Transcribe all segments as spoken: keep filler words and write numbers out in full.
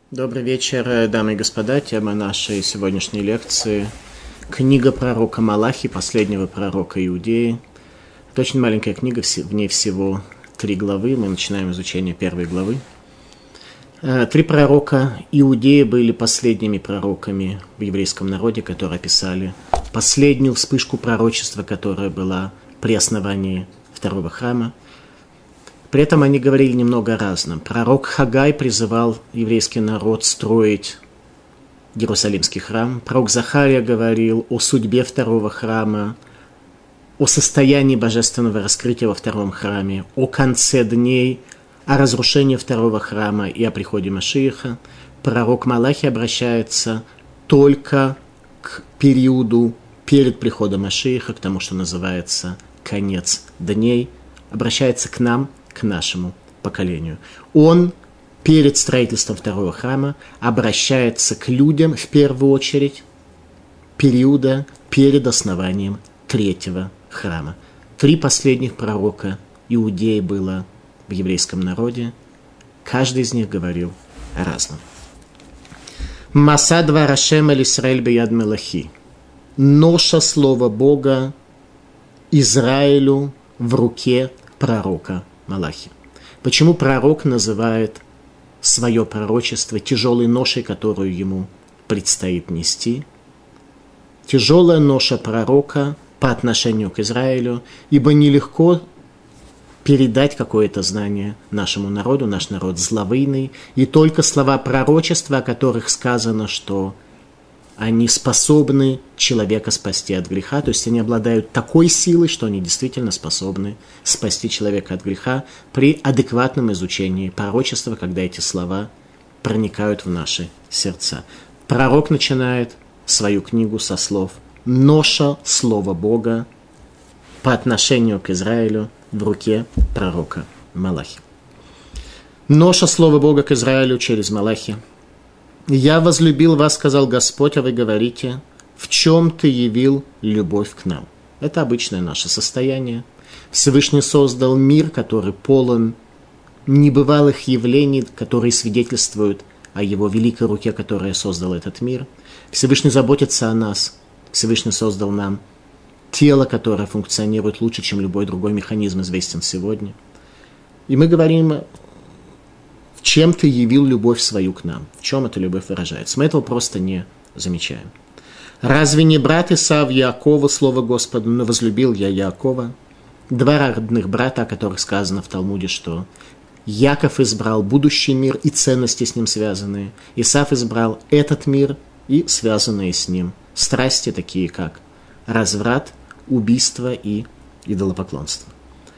Добрый вечер, дамы и господа. Тема нашей сегодняшней лекции – книга пророка Малахи, последнего пророка Иудеи. Это очень маленькая книга, в ней всего три главы. Мы начинаем изучение первой главы. Три пророка Иудеи были последними пророками в еврейском народе, которые описали последнюю вспышку пророчества, которая была при основании второго храма. При этом они говорили немного о разном. Пророк Хагай призывал еврейский народ строить Иерусалимский храм. Пророк Захария говорил о судьбе второго храма, о состоянии божественного раскрытия во втором храме, о конце дней, о разрушении второго храма и о приходе Машиаха. Пророк Малахи обращается только к периоду перед приходом Машиаха, к тому, что называется конец дней, обращается к нам, к нашему поколению. Он перед строительством второго храма обращается к людям в первую очередь периода перед основанием третьего храма. Три последних пророка Иудеи было в еврейском народе. Каждый из них говорил о разном. Маса двар Ашем эль Исраэль бияд мелахи. Ноша слова Бога Израилю в руке пророка Малахи. Почему пророк называет свое пророчество тяжелой ношей, которую ему предстоит нести? Тяжелая ноша пророка по отношению к Израилю, ибо нелегко передать какое-то знание нашему народу, наш народ зловыйный, и только слова пророчества, о которых сказано, что они способны человека спасти от греха, то есть они обладают такой силой, что они действительно способны спасти человека от греха при адекватном изучении пророчества, когда эти слова проникают в наши сердца. Пророк начинает свою книгу со слов «Ноша слова Бога» по отношению к Израилю в руке пророка Малахи. Ноша слова Бога к Израилю через Малахи. «Я возлюбил вас, сказал Господь, а вы говорите, в чем ты явил любовь к нам?» Это обычное наше состояние. Всевышний создал мир, который полон небывалых явлений, которые свидетельствуют о его великой руке, которая создала этот мир. Всевышний заботится о нас. Всевышний создал нам тело, которое функционирует лучше, чем любой другой механизм известен сегодня. И мы говорим, в чем ты явил любовь свою к нам? В чем эта любовь выражается? Мы этого просто не замечаем. Разве не брат Исав Яакова, слово Господа, но возлюбил я Яакова? Два родных брата, о которых сказано в Талмуде, что Яков избрал будущий мир и ценности с ним связанные. Исав избрал этот мир и связанные с ним страсти, такие как разврат, убийство и идолопоклонство.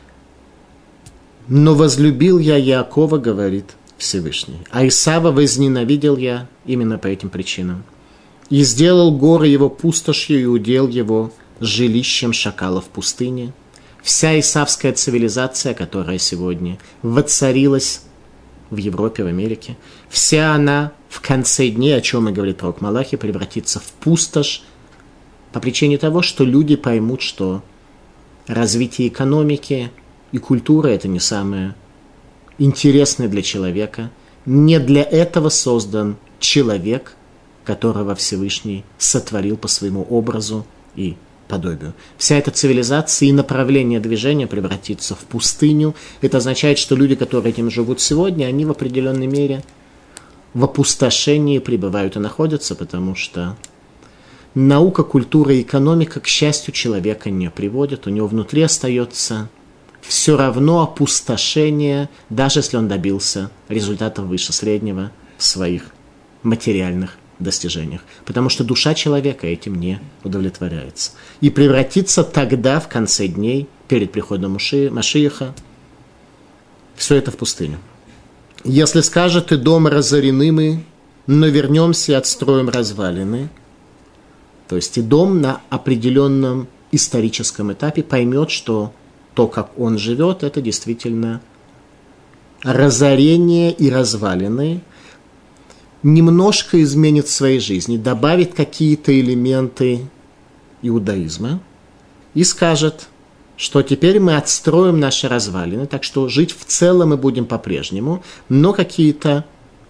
Но возлюбил я Яакова, говорит Всевышний, а Исава возненавидел я именно по этим причинам. И сделал горы его пустошью и удел его жилищем шакала в пустыне. Вся исавская цивилизация, которая сегодня воцарилась в Европе, в Америке, вся она в конце дней, о чем и говорит пророк Малахи, превратится в пустошь по причине того, что люди поймут, что развитие экономики и культуры – это не самое интересное для человека. Не для этого создан человек, которого Всевышний сотворил по своему образу и подобию. Вся эта цивилизация и направление движения превратится в пустыню. Это означает, что люди, которые этим живут сегодня, они в определенной мере в опустошении пребывают и находятся, потому что наука, культура и экономика, к счастью, человека не приводят. У него внутри остается все равно опустошение, даже если он добился результатов выше среднего в своих материальных достижениях. Потому что душа человека этим не удовлетворяется. И превратится тогда, в конце дней, перед приходом Машиаха, все это в пустыню. Если скажет, и дом разорены мы, но вернемся и отстроим развалины, то есть и дом на определенном историческом этапе поймет, что то, как он живет, это действительно разорение и развалины, немножко изменит в своей жизни, добавит какие-то элементы иудаизма и скажет, что теперь мы отстроим наши развалины, так что жить в целом мы будем по-прежнему, но какие-то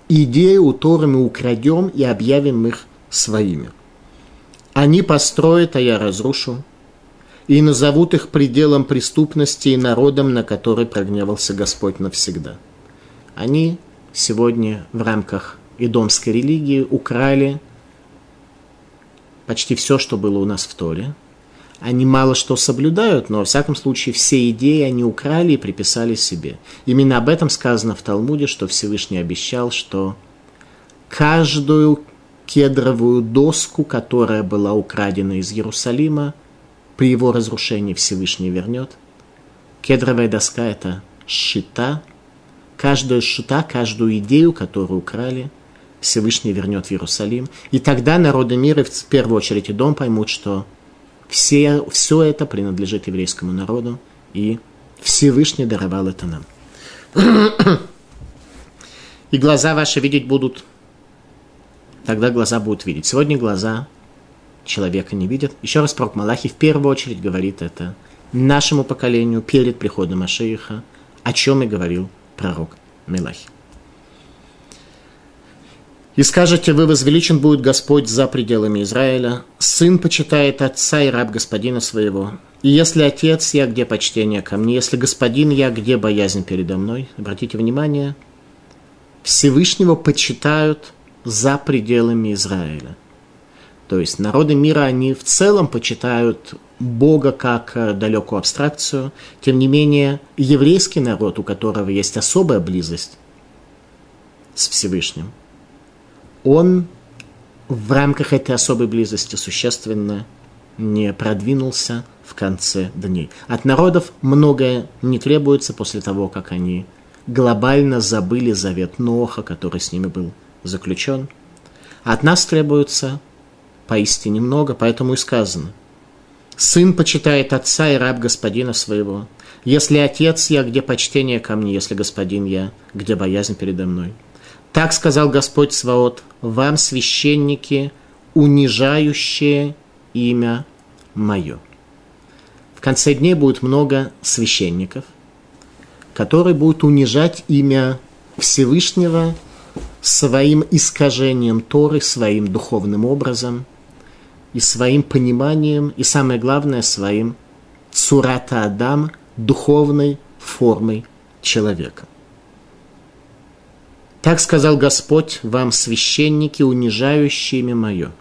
идеи у Торы мы украдем и объявим их своими. Они построят, а я разрушу, и назовут их пределом преступности и народом, на который прогневался Господь навсегда. Они сегодня в рамках идомской религии украли почти все, что было у нас в Торе. Они мало что соблюдают, но, во всяком случае, все идеи они украли и приписали себе. Именно об этом сказано в Талмуде, что Всевышний обещал, что каждую кедровую доску, которая была украдена из Иерусалима, при его разрушении Всевышний вернет. Кедровая доска – это шита. Каждая шита, каждую идею, которую украли, Всевышний вернет в Иерусалим. И тогда народы мира, в первую очередь и дом, поймут, что все, все это принадлежит еврейскому народу, и Всевышний даровал это нам. И глаза ваши видеть будут, тогда глаза будут видеть. Сегодня глаза человека не видят. Еще раз пророк Малахи в первую очередь говорит это нашему поколению перед приходом Машиаха, о чем и говорил пророк Малахи. «И скажете вы, возвеличен будет Господь за пределами Израиля, сын почитает отца и раб господина своего. И если отец я, где почтение ко мне, если господин я, где боязнь передо мной?» Обратите внимание, Всевышнего почитают за пределами Израиля. То есть народы мира, они в целом почитают Бога как далекую абстракцию. Тем не менее, еврейский народ, у которого есть особая близость с Всевышним, он в рамках этой особой близости существенно не продвинулся в конце дней. От народов многое не требуется после того, как они глобально забыли завет Ноаха, который с ними был заключен. От нас требуется поистине много, поэтому и сказано: «Сын почитает отца и раб господина своего. Если отец я, где почтение ко мне, если господин я, где боязнь передо мной». Так сказал Господь Цваот: «Вам, священники, унижающие имя мое». В конце дней будет много священников, которые будут унижать имя Всевышнего своим искажением Торы, своим духовным образом и своим пониманием, и самое главное, своим цурата Адам, духовной формой человека. Так сказал Господь: «Вам, священники, унижающие имя мое».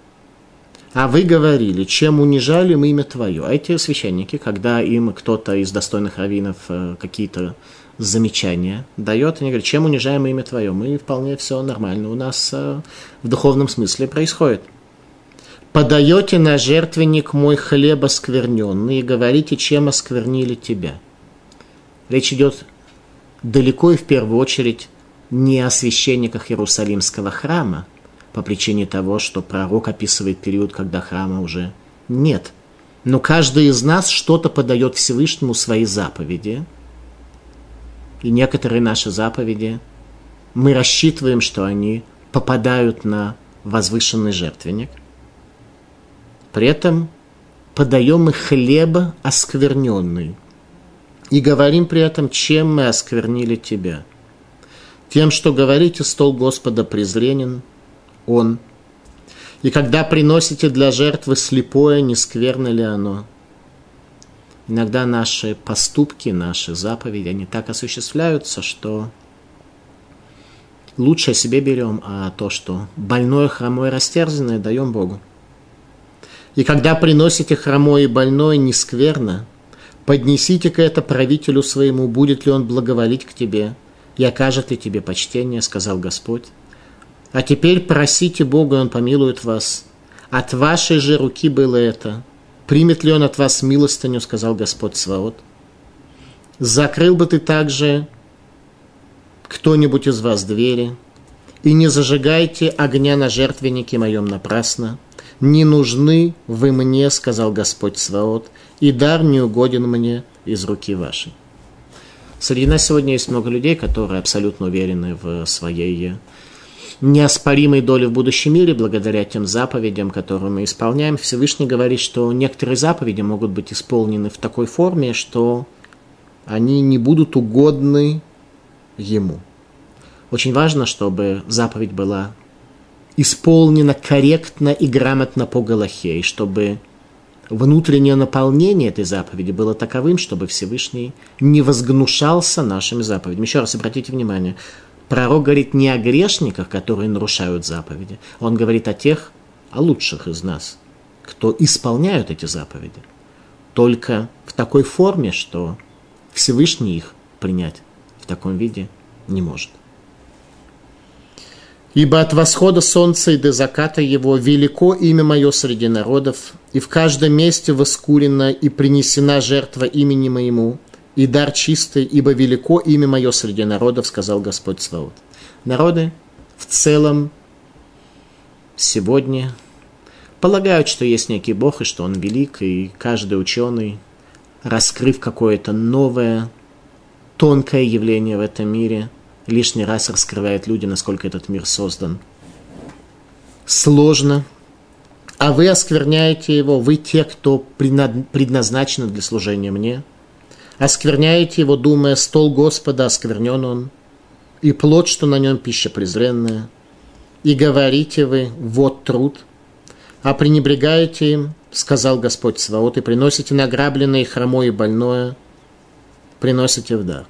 А вы говорили: чем унижали мы имя твое? А эти священники, когда им кто-то из достойных раввинов какие-то замечания дает, они говорят: чем унижаем мы имя твое? Мы вполне все нормально, у нас в духовном смысле происходит. «Подаете на жертвенник мой хлеб оскверненный и говорите, чем осквернили тебя». Речь идет далеко и в первую очередь не о священниках Иерусалимского храма, по причине того, что пророк описывает период, когда храма уже нет. Но каждый из нас что-то подает Всевышнему, свои заповеди. И некоторые наши заповеди, мы рассчитываем, что они попадают на возвышенный жертвенник. При этом подаем их хлеб оскверненный. И говорим при этом: чем мы осквернили тебя? Тем, что говорите, стол Господа презренен Он. И когда приносите для жертвы слепое, не скверно ли оно? Иногда наши поступки, наши заповеди, они так осуществляются, что лучше себе берем, а то, что больное, хромое, растерзанное, даем Богу. И когда приносите хромое и больное, не скверно, поднесите-ка это правителю своему, будет ли он благоволить к тебе, и окажет ли тебе почтение, сказал Господь. А теперь просите Бога, и Он помилует вас. От вашей же руки было это. Примет ли Он от вас милостыню, сказал Господь Цваот. Закрыл бы ты также кто-нибудь из вас двери, и не зажигайте огня на жертвеннике моем напрасно. Не нужны вы мне, сказал Господь Цваот, и дар не угоден мне из руки вашей. Среди нас сегодня есть много людей, которые абсолютно уверены в своей неоспоримой доле в будущем мире, благодаря тем заповедям, которые мы исполняем. Всевышний говорит, что некоторые заповеди могут быть исполнены в такой форме, что они не будут угодны Ему. Очень важно, чтобы заповедь была исполнена корректно и грамотно по галахе, и чтобы внутреннее наполнение этой заповеди было таковым, чтобы Всевышний не возгнушался нашими заповедями. Еще раз обратите внимание, пророк говорит не о грешниках, которые нарушают заповеди, он говорит о тех, о лучших из нас, кто исполняют эти заповеди, только в такой форме, что Всевышний их принять в таком виде не может. «Ибо от восхода солнца и до заката его велико имя мое среди народов, и в каждом месте воскурена и принесена жертва имени моему, и дар чистый, ибо велико имя мое среди народов, сказал Господь Цваот». Народы в целом сегодня полагают, что есть некий Бог, и что Он велик, и каждый ученый, раскрыв какое-то новое, тонкое явление в этом мире, лишний раз раскрывает людям, насколько этот мир создан сложно. А вы оскверняете его, вы те, кто предназначены для служения мне. Оскверняете его, думая, стол Господа осквернен он, и плоть, что на нем пища презренная. И говорите вы, вот труд, а пренебрегаете им, сказал Господь Цваот, и приносите награбленное, и хромое, и больное, приносите в дар.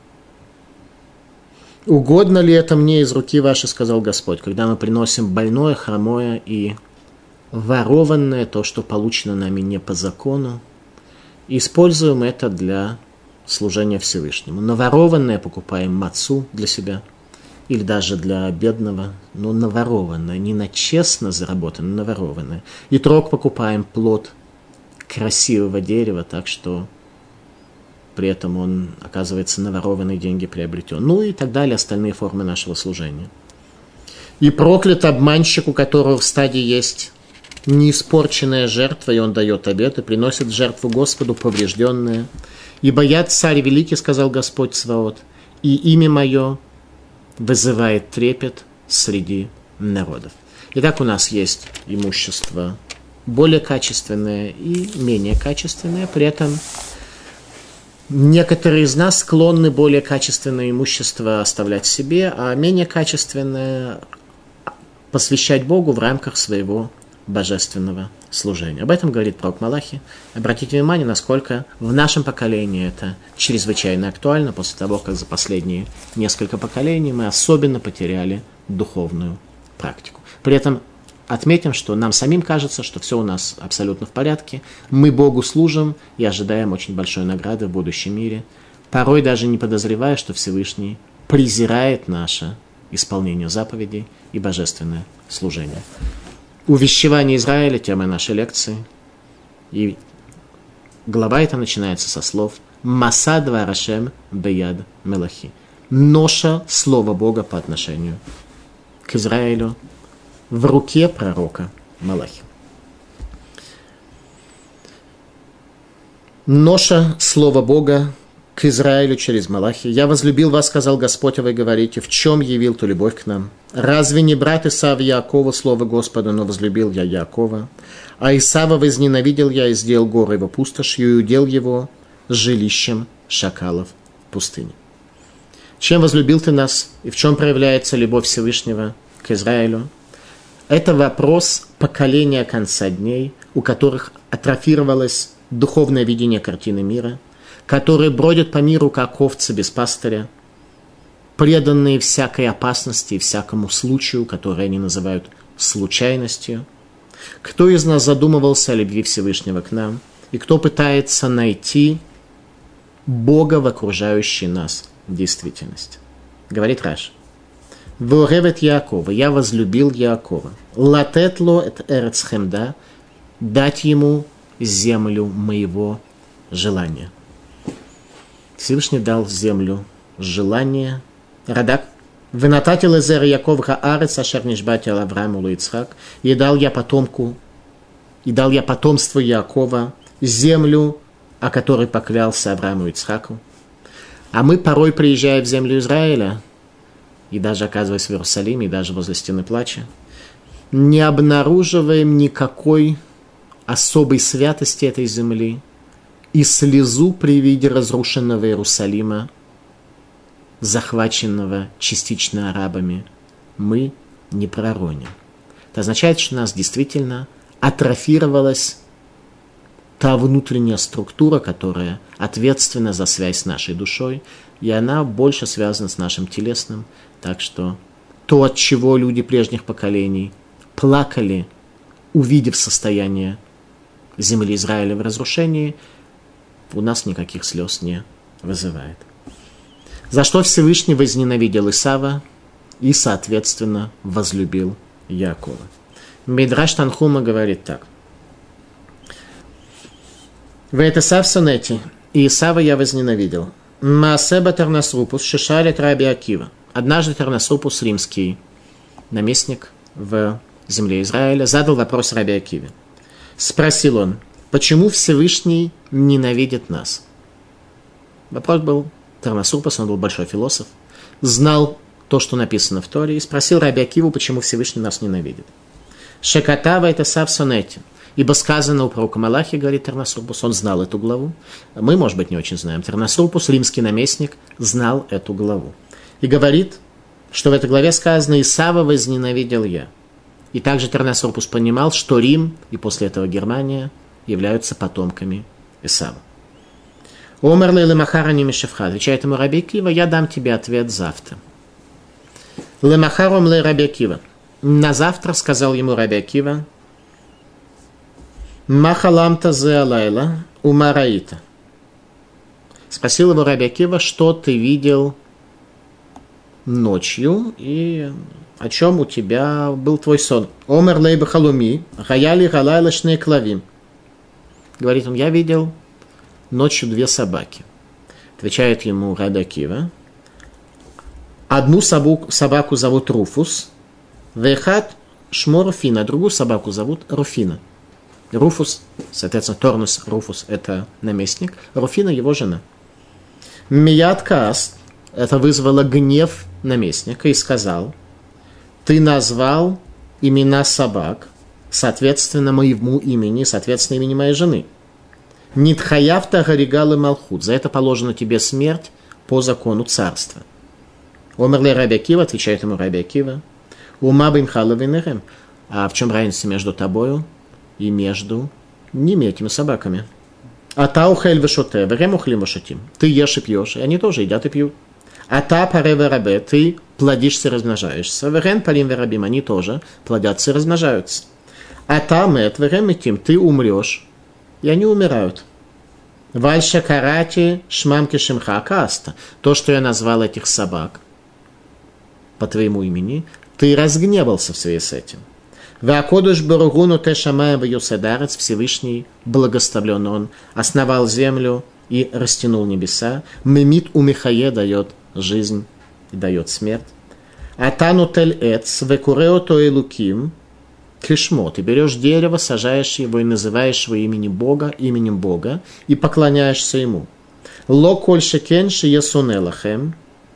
Угодно ли это мне из руки вашей, сказал Господь, когда мы приносим больное, хромое и ворованное, то, что получено нами не по закону, и используем это для служения Всевышнему. Наворованное покупаем мацу для себя, или даже для бедного, но наворованное, не на честно заработанное, наворованное. И трог покупаем плод красивого дерева, так что при этом он, оказывается, наворованные деньги приобретен. Ну и так далее, остальные формы нашего служения. И проклят обманщик, у которого в стаде есть неиспорченная жертва, и он дает обет, и приносит жертву Господу поврежденное. Ибо я царь великий, сказал Господь Цваот, и имя мое вызывает трепет среди народов. Итак, у нас есть имущество более качественное и менее качественное, при этом некоторые из нас склонны более качественное имущество оставлять себе, а менее качественное посвящать Богу в рамках своего божественного служения. Об этом говорит пророк Малахи. Обратите внимание, насколько в нашем поколении это чрезвычайно актуально, после того, как за последние несколько поколений мы особенно потеряли духовную практику. При этом отметим, что нам самим кажется, что все у нас абсолютно в порядке, мы Богу служим и ожидаем очень большой награды в будущем мире, порой даже не подозревая, что Всевышний презирает наше исполнение заповедей и божественное служение. Увещевание Израиля, тема нашей лекции, и глава эта начинается со слов «Маса двар Ашем беяд мелахи» – ноша слова Бога по отношению к Израилю в руке пророка Малахи. Ноша слова Бога к Израилю через Малахи. «Я возлюбил вас, сказал Господь, а вы говорите, в чем явил ту любовь к нам? Разве не брат Исав Яакова, слово Господа, но возлюбил я Яакова? А Исава возненавидел я и сделал горы его пустошью, и удел его жилищем шакалов в пустыне». Чем возлюбил ты нас, и в чем проявляется любовь Всевышнего к Израилю? Это вопрос поколения конца дней, у которых атрофировалось духовное видение картины мира, которые бродят по миру, как овцы без пастыря, преданные всякой опасности и всякому случаю, который они называют случайностью. Кто из нас задумывался о любви Всевышнего к нам, и кто пытается найти Бога в окружающей нас действительности? Говорит Раши. «Веоревет Яакова, я возлюбил Яакова. Латетло эт эрец хемда, дать ему землю моего желания». Всевышний дал землю желания. Радак. «Венататил эзер Яаков хаарец, ашер нишбати ал Аврааму ло Ицхак». И дал я потомку, и дал я потомству Яакова землю, о которой поклялся Аврааму и Ицхаку. А мы порой, приезжая в землю Израиля, и даже оказываясь в Иерусалиме, и даже возле стены плача, не обнаруживаем никакой особой святости этой земли, и слезу при виде разрушенного Иерусалима захваченного частично арабами, мы не пророним. Это означает, что у нас действительно атрофировалась та внутренняя структура, которая ответственна за связь с нашей душой, и она больше связана с нашим телесным. Так что то, от чего люди прежних поколений плакали, увидев состояние земли Израиля в разрушении, у нас никаких слез не вызывает. За что Всевышний возненавидел Исава и, соответственно, возлюбил Яакова. Мидраш Танхума говорит так. В Исав сонете, и Исава я возненавидел. Маасеба Тарнасрупус шишалит Раби Акива. Однажды Тарнасрупус, римский наместник в земле Израиля, задал вопрос Раби Акиве. Спросил он, почему Всевышний ненавидит нас? Вопрос был Тарнасрупус, он был большой философ, знал то, что написано в Торе, и спросил Раби Акиву, почему Всевышний нас ненавидит. Шекатава это Исав сонете. Ибо сказано у пророка Малахи, говорит Тарнасрупус, он знал эту главу. Мы, может быть, не очень знаем. Тарнасрупус, римский наместник, знал эту главу. И говорит, что в этой главе сказано «Исава возненавидел я». И также Тарнасрупус понимал, что Рим и после этого Германия являются потомками Исава. Омер ле лемахара не мишевха. Отвечает ему Раби Акива, я дам тебе ответ завтра. Лемахаром ле Раби Акива. На завтра сказал ему Раби Акива, Махаламта зе алайла умараита. Спросил его Раби Акива, что ты видел ночью и о чем у тебя был твой сон. Омер лейба халуми, гаяли галайла шней клавим. Говорит он, я видел ночью две собаки. Отвечает ему Раби Акива. Одну собаку, собаку зовут Руфус, вехат шмо Руфина, другую собаку зовут Руфина. Руфус, соответственно, Торнус Руфус – это наместник, Руфина – его жена. Мият Каас – это вызвало гнев наместника и сказал, ты назвал имена собак, соответственно, моему имени, соответственно, имени моей жены. Нитхаявта гаригал и малхут, за это положена тебе смерть по закону царства. Омерле Раби Акива, отвечает ему Раби Акива, ума бимхала винерем, а в чем разница между тобою и между ними, этими собаками? Ата ухель вешоте, верем ухлим вешотим. Ты ешь и пьешь, и они тоже едят и пьют. Ата паре верабе, ты плодишься и размножаешься. Верен палим верабим, они тоже плодятся и размножаются. Ата мет, верем этим, ты умрешь, и они умирают. Вальша карати шмамки шимха каста. То, что я назвал этих собак по твоему имени, ты разгневался в связи с этим. Веакодуш Баругуну Тешамая Ваюседарец, Всевышний благословлен он, основал землю и растянул небеса. Мемит у Михае дает жизнь и дает смерть. Атану тель эц, векурео то элуким, кишмо. Ты берешь дерево, сажаешь его и называешь его именем Бога, именем Бога, и поклоняешься ему. Ло коль шекен шиясунелахем.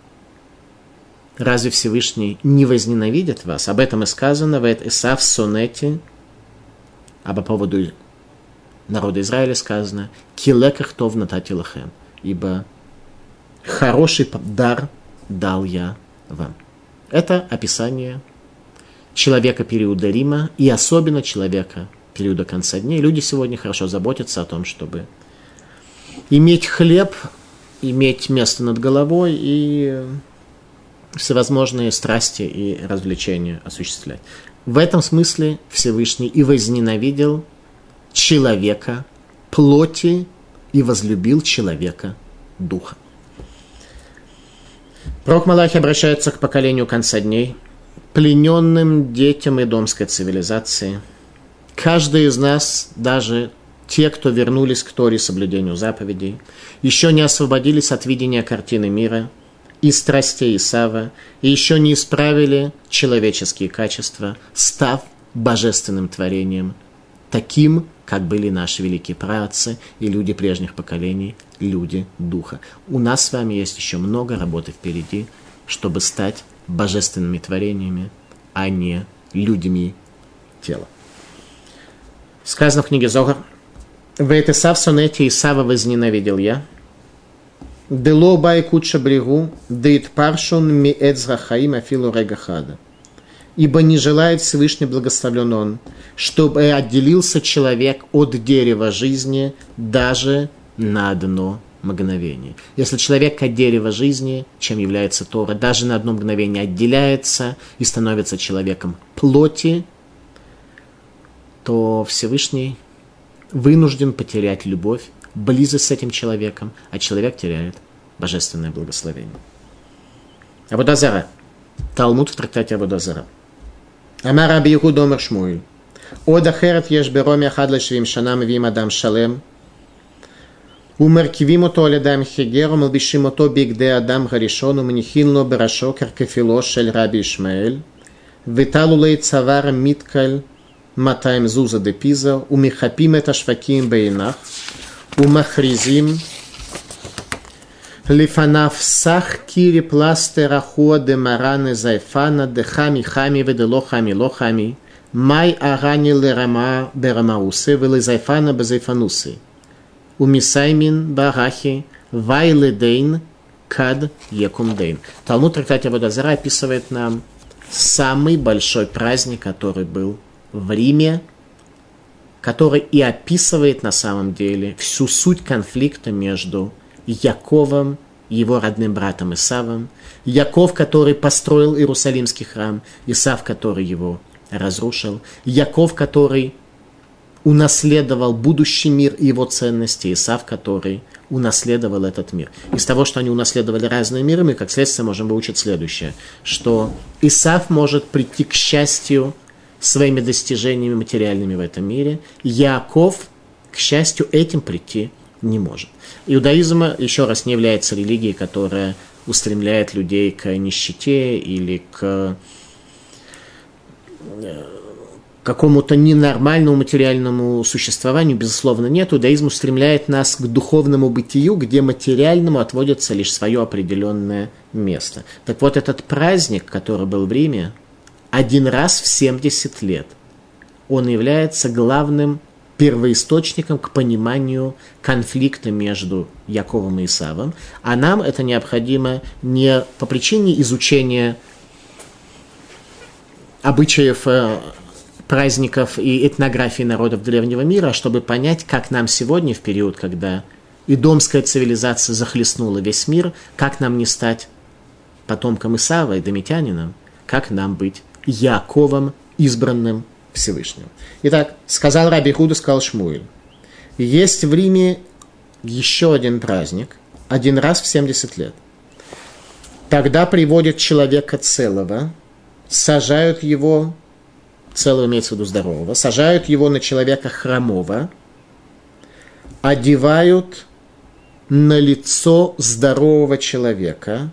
Разве Всевышний не возненавидит вас? Об этом и сказано в Исав сонете, а по поводу народа Израиля сказано «Килеках тов натати лахем», ибо хороший дар дал я вам. Это описание человека периода Рима и особенно человека периода конца дней. Люди сегодня хорошо заботятся о том, чтобы иметь хлеб, иметь место над головой и всевозможные страсти и развлечения осуществлять. В этом смысле Всевышний и возненавидел человека плоти и возлюбил человека духа. Пророк Малахи обращается к поколению конца дней, плененным детям идомской цивилизации. Каждый из нас, даже те, кто вернулись к Торе и соблюдению заповедей, еще не освободились от видения картины мира и страстей Исава, и еще не исправили человеческие качества, став божественным творением, таким, как были наши великие праотцы и люди прежних поколений, люди духа. У нас с вами есть еще много работы впереди, чтобы стать божественными творениями, а не людьми тела. Сказано в книге Зогар: «В Исав сонете Исава возненавидел я». Дело байкут шабригу, дейт паршун ми эцрахаим афилу регахада. Ибо не желает Всевышний, благословлен он, чтобы отделился человек от дерева жизни даже на одно мгновение. Если человек от дерева жизни, чем является Тора, даже на одно мгновение отделяется и становится человеком плоти, то Всевышний вынужден потерять любовь, близость с этим человеком, а человек теряет божественное благословение. Авода зара. Талмуд в трактате Авода зара. Амар Раби Йехуда омер Шмуэль. Од ахерет еш бероми ахад лешвим шана мевиим адам шалем. ומרכיבים אותו על ידיים חיגר ומלבישים אותו בגדי אדם הראשון ומניחים לו בראשו כרכפילו של רבי ישמעאל ותלולי צוואר מתקל מאתיים זוזה דפיזה ומחפים את השווקים בעיניו ומכריזים לפניו סך קירי פלסטר אחוע דמרנה זייפנה דחמי חמי ודלא חמי לא חמי מאי ארני לרמה ברמה עושה ולזייפנה בזייפנוסי Умисаймин барахи вайледейн кад екумдейн. Талмуд в трактате Авода зара описывает нам самый большой праздник, который был в Риме, который и описывает на самом деле всю суть конфликта между Яковом и его родным братом Исавом. Яков, который построил Иерусалимский храм, Исав, который его разрушил. Яков, который унаследовал будущий мир и его ценности, Исав, который унаследовал этот мир. Из того, что они унаследовали разные миры, мы, как следствие, можем выучить следующее, что Исав может прийти к счастью своими достижениями материальными в этом мире, Яаков, к счастью, этим прийти не может. Иудаизм, еще раз, не является религией, которая устремляет людей к нищете или к какому-то ненормальному материальному существованию, безусловно, нет. Иудаизм устремляет нас к духовному бытию, где материальному отводится лишь свое определенное место. Так вот, этот праздник, который был в Риме, один раз в семьдесят лет, он является главным первоисточником к пониманию конфликта между Яковом и Исавом, а нам это необходимо не по причине изучения обычаев праздников и этнографии народов древнего мира, чтобы понять, как нам сегодня, в период, когда идомская цивилизация захлестнула весь мир, как нам не стать потомком Исава и домитянином, как нам быть Яаковом, избранным Всевышним. Итак, сказал Раби Йехуда, сказал Шмуэль, есть в Риме еще один праздник, один раз в семьдесят лет. Тогда приводят человека целого, сажают его, целого имеется в виду здорового, сажают его на человека хромого, одевают на лицо здорового человека,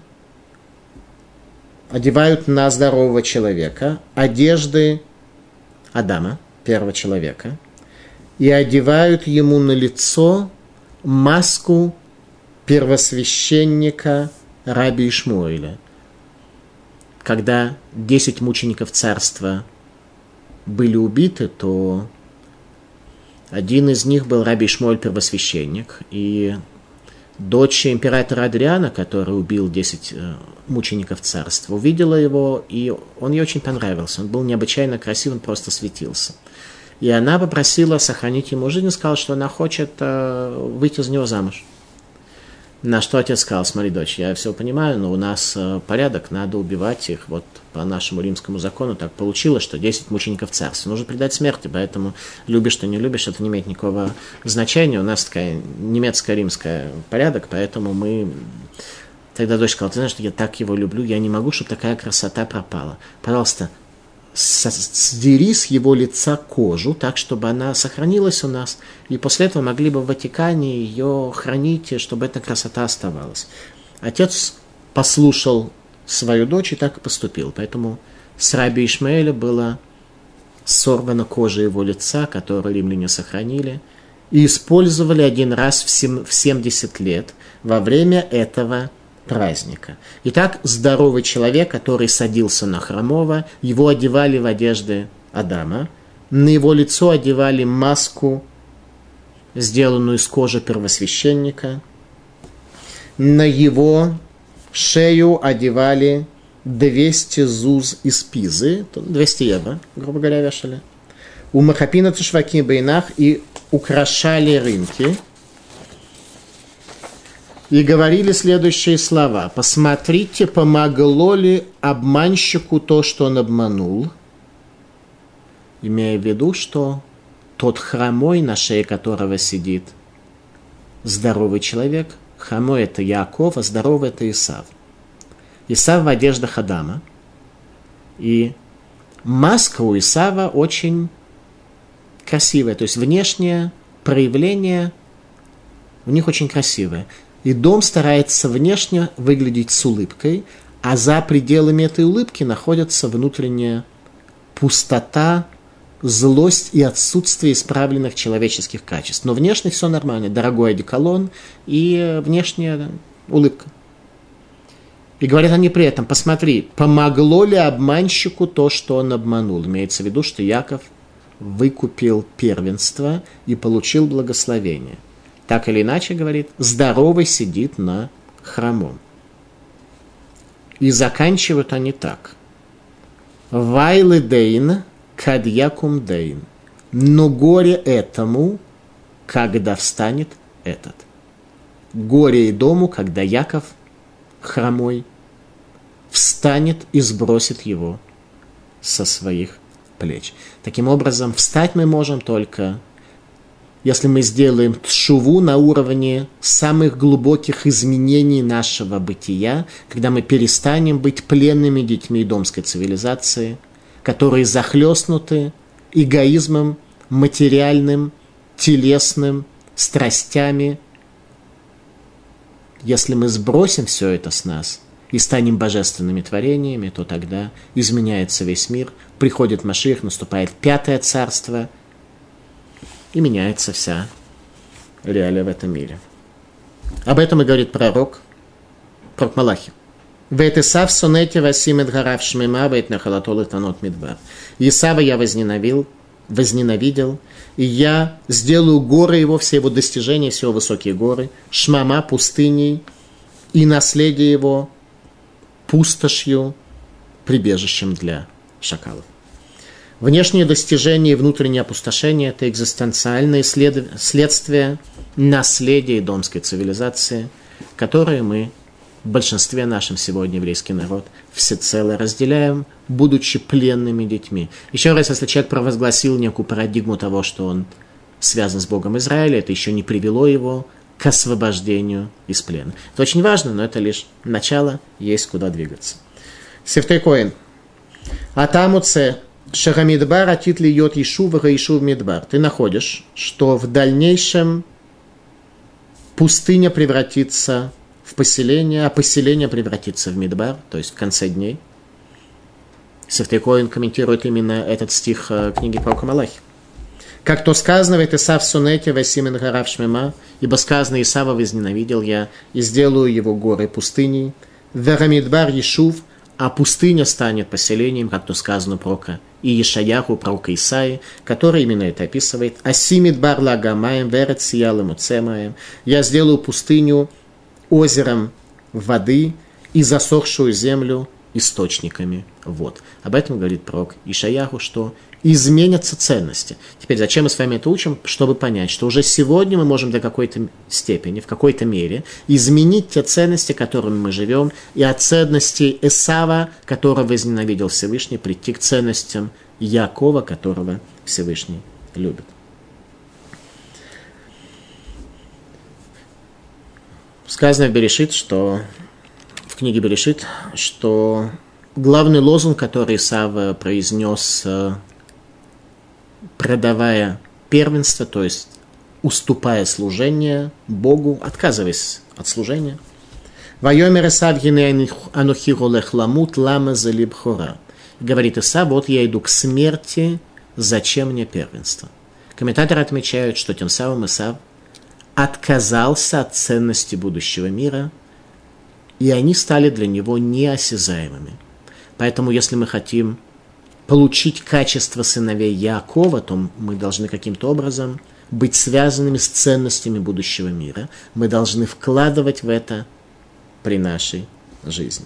одевают на здорового человека одежды Адама, первого человека, и одевают ему на лицо маску первосвященника Раби Ишмуэля. Когда десять мучеников царства были убиты, то один из них был Раби Ишмуэль, первосвященник, и дочь императора Адриана, который убил десять мучеников царства, увидела его, и он ей очень понравился. Он был необычайно красив, он просто светился. И она попросила сохранить ему жизнь и сказала, что она хочет э, выйти за него замуж. На что отец сказал: смотри, дочь, я все понимаю, но у нас э, порядок, надо убивать их. Вот по нашему римскому закону так получилось, что десять мучеников царства нужно предать смерти, поэтому любишь ты, не любишь, это не имеет никакого значения. У нас такая немецко-римская порядок, поэтому мы... Тогда дочь сказала: ты знаешь, что я так его люблю, я не могу, чтобы такая красота пропала. Пожалуйста, сдери с его лица кожу, так, чтобы она сохранилась у нас, и после этого могли бы в Ватикане ее хранить, чтобы эта красота оставалась. Отец послушал свою дочь и так и поступил. Поэтому с Раби Ишмаэля была сорвана кожа его лица, которую римляне сохранили, и использовали один раз в семьдесят лет во время этого праздника. Итак, здоровый человек, который садился на хромого, его одевали в одежды Адама, на его лицо одевали маску, сделанную из кожи первосвященника, на его шею одевали двести зуз из пизы, двести евро, грубо говоря, вешали. У Махапина Цушваки Бейнах и украшали рынки. И говорили следующие слова. Посмотрите, помогло ли обманщику то, что он обманул. Имея в виду, что тот хромой, на шее которого сидит здоровый человек, хромой это Яаков, а здоровый это Исав. Исав в одеждах Адама. И маска у Исава очень красивая, то есть внешнее проявление у них очень красивое. И дом старается внешне выглядеть с улыбкой, а за пределами этой улыбки находится внутренняя пустота, злость и отсутствие исправленных человеческих качеств. Но внешне все нормально, дорогой одеколон и внешняя улыбка. И говорят они при этом, посмотри, помогло ли обманщику то, что он обманул. Имеется в виду, что Яков выкупил первенство и получил благословение. Так или иначе, говорит, здоровый сидит на хромом. И заканчивают они так. Вайлы дейн, кадьякум дейн. Но горе этому, когда встанет этот. Горе и дому, когда Яков, хромой, встанет и сбросит его со своих плеч. Таким образом, встать мы можем только, если мы сделаем тшуву на уровне самых глубоких изменений нашего бытия, когда мы перестанем быть пленными детьми домской цивилизации, которые захлестнуты эгоизмом, материальным, телесным, страстями. Если мы сбросим все это с нас и станем божественными творениями, то тогда изменяется весь мир, приходит Машиах, наступает пятое царство, и меняется вся реалия в этом мире. Об этом и говорит пророк, пророк Малахи. «Вэтисав сонете васимет гарав шмима вэт нахалатол и танот мидбар». Исава я возненавидел, возненавидел, и я сделаю горы его, все его достижения, все его высокие горы, шмама пустыней, и наследие его пустошью, прибежищем для шакалов. Внешние достижения и внутреннее опустошение – это экзистенциальные след... следствия наследия домской цивилизации, которые мы, в большинстве нашем сегодня еврейский народ, всецело разделяем, будучи пленными детьми. Еще раз, если человек провозгласил некую парадигму того, что он связан с Богом Израиля, это еще не привело его к освобождению из плена. Это очень важно, но это лишь начало, есть куда двигаться. Сефтей Коэн. Атамуце Шагамидбар атит ли йот Ешува Гаишув Мидбар. Ты находишь, что в дальнейшем пустыня превратится в поселение, а поселение превратится в Мидбар, то есть в конце дней. Сефтей Коэн комментирует именно этот стих книги пророка Малахи. Как то сказано в Исав сонете васимен гарав шмема, ибо сказано Исава возненавидел я и сделаю его горы пустыней. Верамидбар Ешув, а пустыня станет поселением, как то сказано у пророка и Ешаяху, пророка Исаи, который именно это описывает. Асимидбар лагамаем верет сиялым уцемаем. Я сделаю пустыню озером воды и засохшую землю источниками вод. Об этом говорит пророк Ишаяху, что изменятся ценности. Теперь зачем мы с вами это учим? Чтобы понять, что уже сегодня мы можем до какой-то степени, в какой-то мере изменить те ценности, которыми мы живем, и от ценностей Эсава, которого возненавидел Всевышний, прийти к ценностям Якова, которого Всевышний любит. Сказано в Берешит, что в книге Берешит, что главный лозунг, который Исав произнес, продавая первенство, то есть уступая служение Богу, отказываясь от служения. «Вайомер Исав гиней анухи голех ламут лама залиб хора». Говорит Исав, вот я иду к смерти, зачем мне первенство? Комментаторы отмечают, что тем самым Исав отказался от ценности будущего мира, и они стали для него неосязаемыми. Поэтому, если мы хотим получить качество сыновей Яакова, то мы должны каким-то образом быть связанными с ценностями будущего мира. Мы должны вкладывать в это при нашей жизни.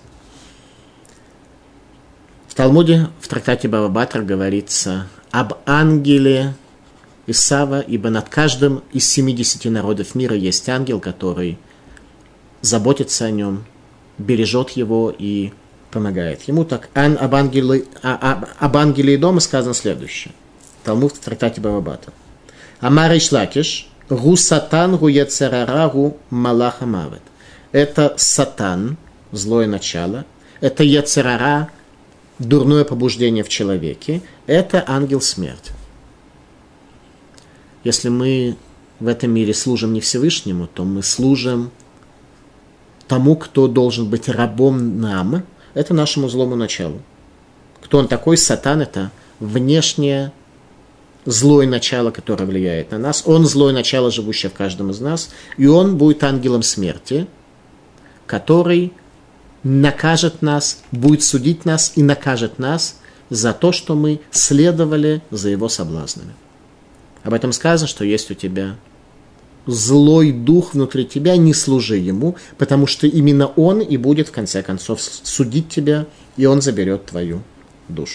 В Талмуде, в трактате Бава Батра говорится об ангеле Исава, ибо над каждым из семидесяти народов мира есть ангел, который заботится о нем, бережет его и помогает ему. Так ан, об, ангеле, а, а, об ангеле Идома сказано следующее. Талмуд в трактате Бава Батра. Амар Риш Лакиш, гу сатан гу яцерара гу малаха мавет. Это сатан, злое начало, это яцерара, дурное побуждение в человеке, это ангел смерти. Если мы в этом мире служим не Всевышнему, то мы служим тому, кто должен быть рабом нам, это нашему злому началу. Кто он такой? Сатан – это внешнее злое начало, которое влияет на нас. Он злое начало, живущее в каждом из нас, и он будет ангелом смерти, который накажет нас, будет судить нас и накажет нас за то, что мы следовали за его соблазнами. Об этом сказано, что есть у тебя злой дух внутри тебя, не служи ему, потому что именно он и будет в конце концов судить тебя, и он заберет твою душу.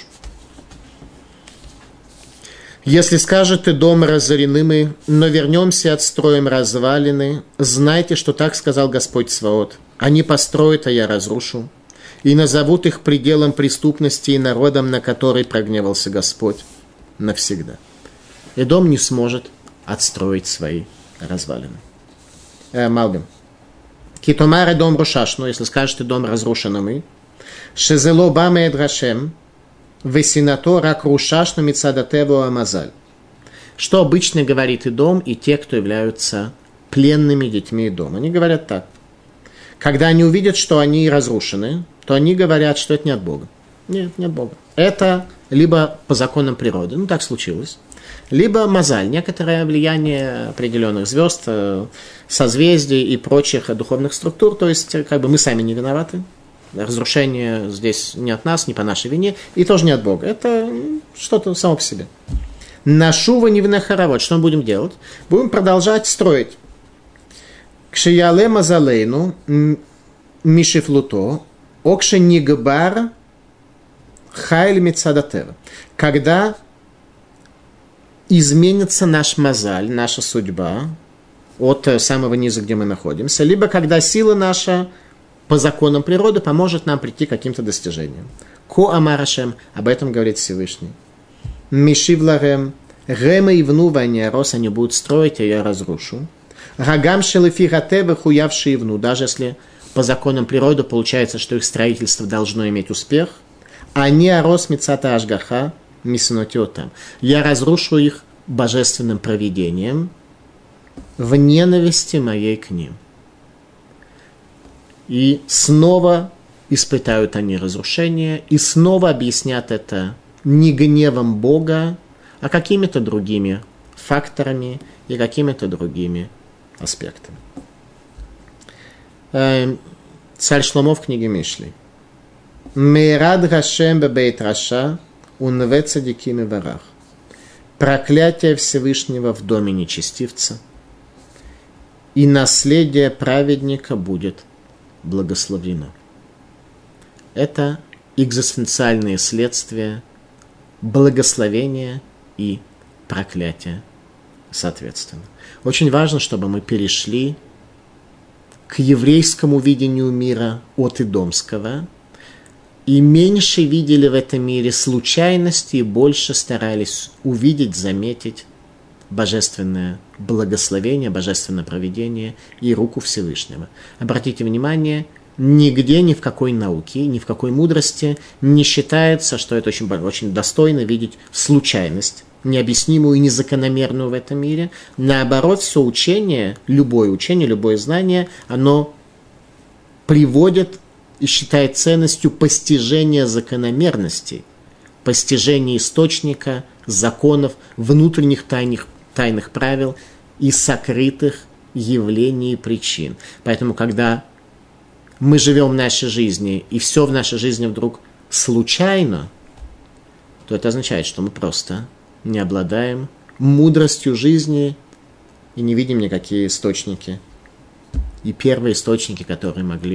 Если скажете дом разорены мы, но вернемся, отстроим развалины, знайте, что так сказал Господь Цваот. Они построят, а я разрушу, и назовут их пределом преступности и народом, на который прогневался Господь навсегда. Эдом не сможет отстроить свои развалины. Э, Малбим. Китомар Эдом Рушаш, но если скажете дом разрушен мы, Шезело Баме Эдрашем, Весинато Рак Рушаш, но Мицадатеву Амазаль. Что обычно говорит Эдом и те, кто являются пленными детьми Эдома. Они говорят так. Когда они увидят, что они разрушены, то они говорят, что это не от Бога. Нет, не от Бога. Это либо по законам природы, ну так случилось, либо мазаль, некоторое влияние определенных звезд, созвездий и прочих духовных структур, то есть как бы мы сами не виноваты. Разрушение здесь не от нас, не по нашей вине, и тоже не от Бога. Это что-то само по себе. Нашува не винахаравот. Что мы будем делать? Будем продолжать строить. Кшияле мазалейну мишифлуто окше нигбар хайль мицадатева. Когда изменится наш мазаль, наша судьба от самого низа, где мы находимся, либо когда сила наша по законам природы поможет нам прийти к каким-то достижениям. Ко амарашем, об этом говорит Всевышний. Мишивларем, гема и вну рос, они будут строить, а я разрушу. Рагам шелефигатевы хуявши и вну, даже если по законам природы получается, что их строительство должно иметь успех, они арос мицата ашгаха миснотетам. Я разрушу их божественным провидением в ненависти моей к ним. И снова испытают они разрушение, и снова объяснят это не гневом Бога, а какими-то другими факторами и какими-то другими аспектами. Царь Шломо в книге Мишли. Мейрад Гашем бебейт Раша унве цадиким и варах. Проклятие Всевышнего в доме нечестивца, и наследие праведника будет благословено. Это экзистенциальные следствия благословения и проклятия соответственно. Очень важно, чтобы мы перешли к еврейскому видению мира от идомского и меньше видели в этом мире случайности и больше старались увидеть, заметить божественное благословение, божественное провидение и руку Всевышнего. Обратите внимание, нигде, ни в какой науке, ни в какой мудрости не считается, что это очень, очень достойно видеть случайность, необъяснимую и незакономерную в этом мире. Наоборот, все учение, любое учение, любое знание, оно приводит и считает ценностью постижения закономерностей, постижения источника, законов, внутренних тайных, тайных правил и сокрытых явлений и причин. Поэтому, когда мы живем в нашей жизни, и все в нашей жизни вдруг случайно, то это означает, что мы просто не обладаем мудростью жизни и не видим никакие источники. И первые источники, которые могли бы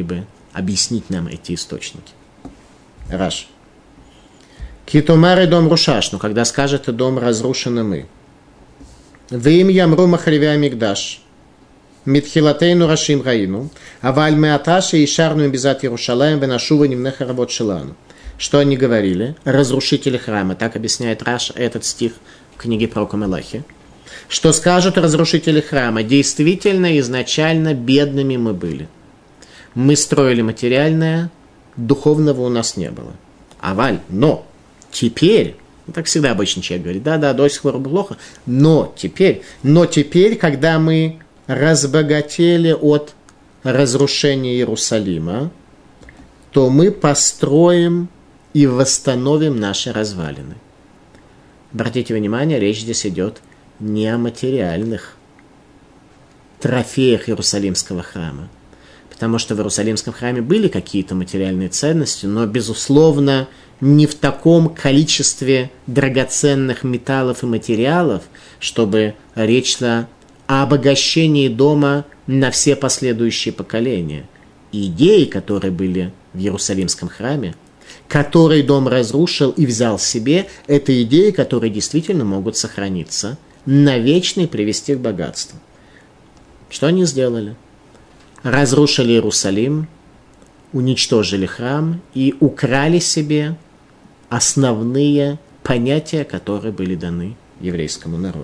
объяснить нам эти источники. Раш. Китумары дом рушаш, но когда скажет дом разрушены мы. Вы им ямру махревя мигдаш. Митхилатейну рашим гаину. Аваль меаташи и шарну безат Иерушалаем венашува немнеха работ шелану. Что они говорили? Разрушители храма. Так объясняет Раш этот стих в книге пророка Малахи. Что скажут разрушители храма? Действительно, изначально бедными мы были. Мы строили материальное, духовного у нас не было. Аваль, но теперь, так всегда обычный человек говорит, да-да, до сих пор было плохо, но теперь, но теперь, когда мы разбогатели от разрушения Иерусалима, то мы построим и восстановим наши развалины. Обратите внимание, речь здесь идет не о материальных трофеях Иерусалимского храма. Потому что в Иерусалимском храме были какие-то материальные ценности, но, безусловно, не в таком количестве драгоценных металлов и материалов, чтобы речь шла о обогащении дома на все последующие поколения. Идеи, которые были в Иерусалимском храме, который дом разрушил и взял себе, это идеи, которые действительно могут сохраниться навечно и привести к богатству. Что они сделали? Разрушили Иерусалим, уничтожили храм и украли себе основные понятия, которые были даны еврейскому народу.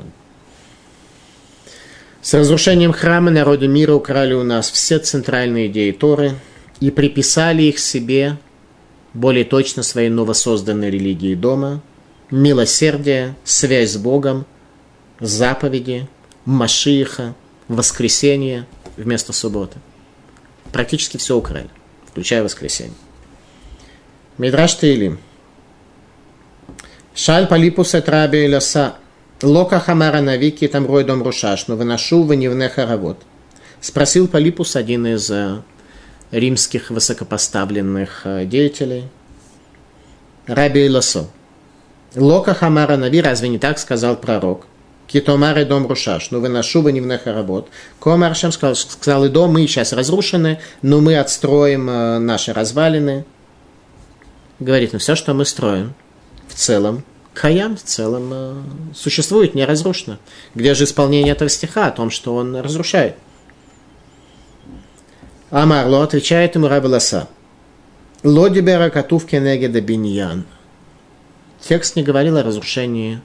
С разрушением храма народы мира украли у нас все центральные идеи Торы и приписали их себе, более точно своей новосозданной религии дома, милосердие, связь с Богом, заповеди, Машииха, воскресенье вместо субботы. Практически все украли, включая воскресенье. Мидраш Теилим. Шаль палипус эт раби Эласа. Лока хамара навики там рой дом рушаш, но выношу в нивнеха равот. Спросил Палипус, один из римских высокопоставленных деятелей. Раби Эласо. Лока хамара нави, разве не так сказал пророк? Китомары дом рушаш, но выношу в нивнеха равот. Комар Шем сказал, сказал, и дом мы сейчас разрушены, но мы отстроим наши развалины. Говорит, ну все, что мы строим, в целом, Хаям в целом э, существует, не разрушено. Где же исполнение этого стиха о том, что он разрушает? Амарло отвечает ему Раби Эласа. Лоди бера катув кенегеда биньян. Текст не говорил о разрушении